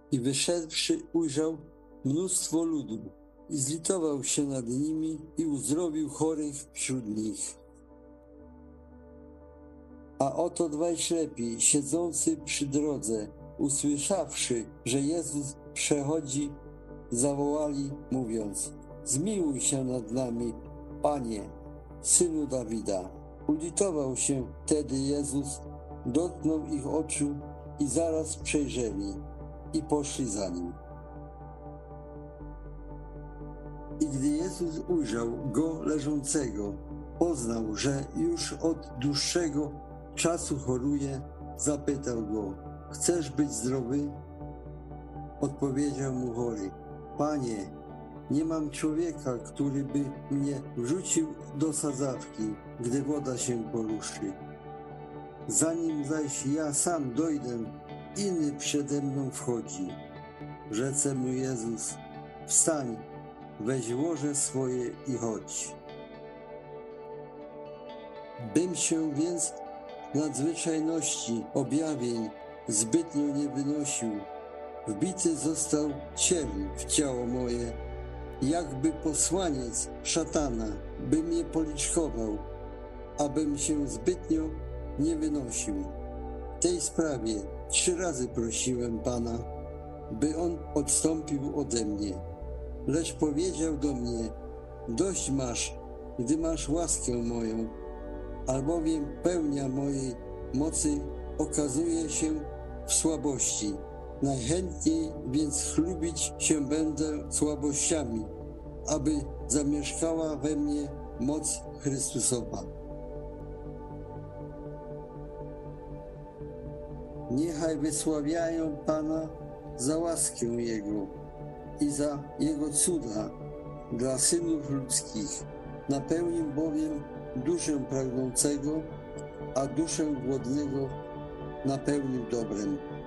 I wyszedłszy ujrzał mnóstwo ludu i zlitował się nad nimi i uzdrowił chorych wśród nich. A oto dwaj ślepi, siedzący przy drodze, usłyszawszy, że Jezus przechodzi, zawołali, mówiąc: zmiłuj się nad nami, Panie, Synu Dawida. Ulitował się wtedy Jezus, dotknął ich oczu i zaraz przejrzeli i poszli za nim. I gdy Jezus ujrzał go leżącego, poznał, że już od dłuższego czasu choruje, zapytał go: chcesz być zdrowy? Odpowiedział mu chory: Panie, nie mam człowieka, który by mnie wrzucił do sadzawki, gdy woda się poruszy. Zanim zaś ja sam dojdę, inny przede mną wchodzi. Rzece mu Jezus: wstań, weź łoże swoje i chodź. Bym się więc nadzwyczajności objawień zbytnio nie wynosił. Wbity został ciel w ciało moje, jakby posłaniec szatana by mnie policzkował, abym się zbytnio nie wynosił. W tej sprawie 3 razy prosiłem Pana, by On odstąpił ode mnie. Lecz powiedział do mnie: dość masz, gdy masz łaskę moją, albowiem pełnia mojej mocy okazuje się w słabości. Najchętniej więc chlubić się będę słabościami, aby zamieszkała we mnie moc Chrystusowa. Niechaj wysławiają Pana za łaskę Jego i za Jego cuda dla synów ludzkich. Napełnił bowiem duszę pragnącego, a duszę głodnego napełnił dobrem.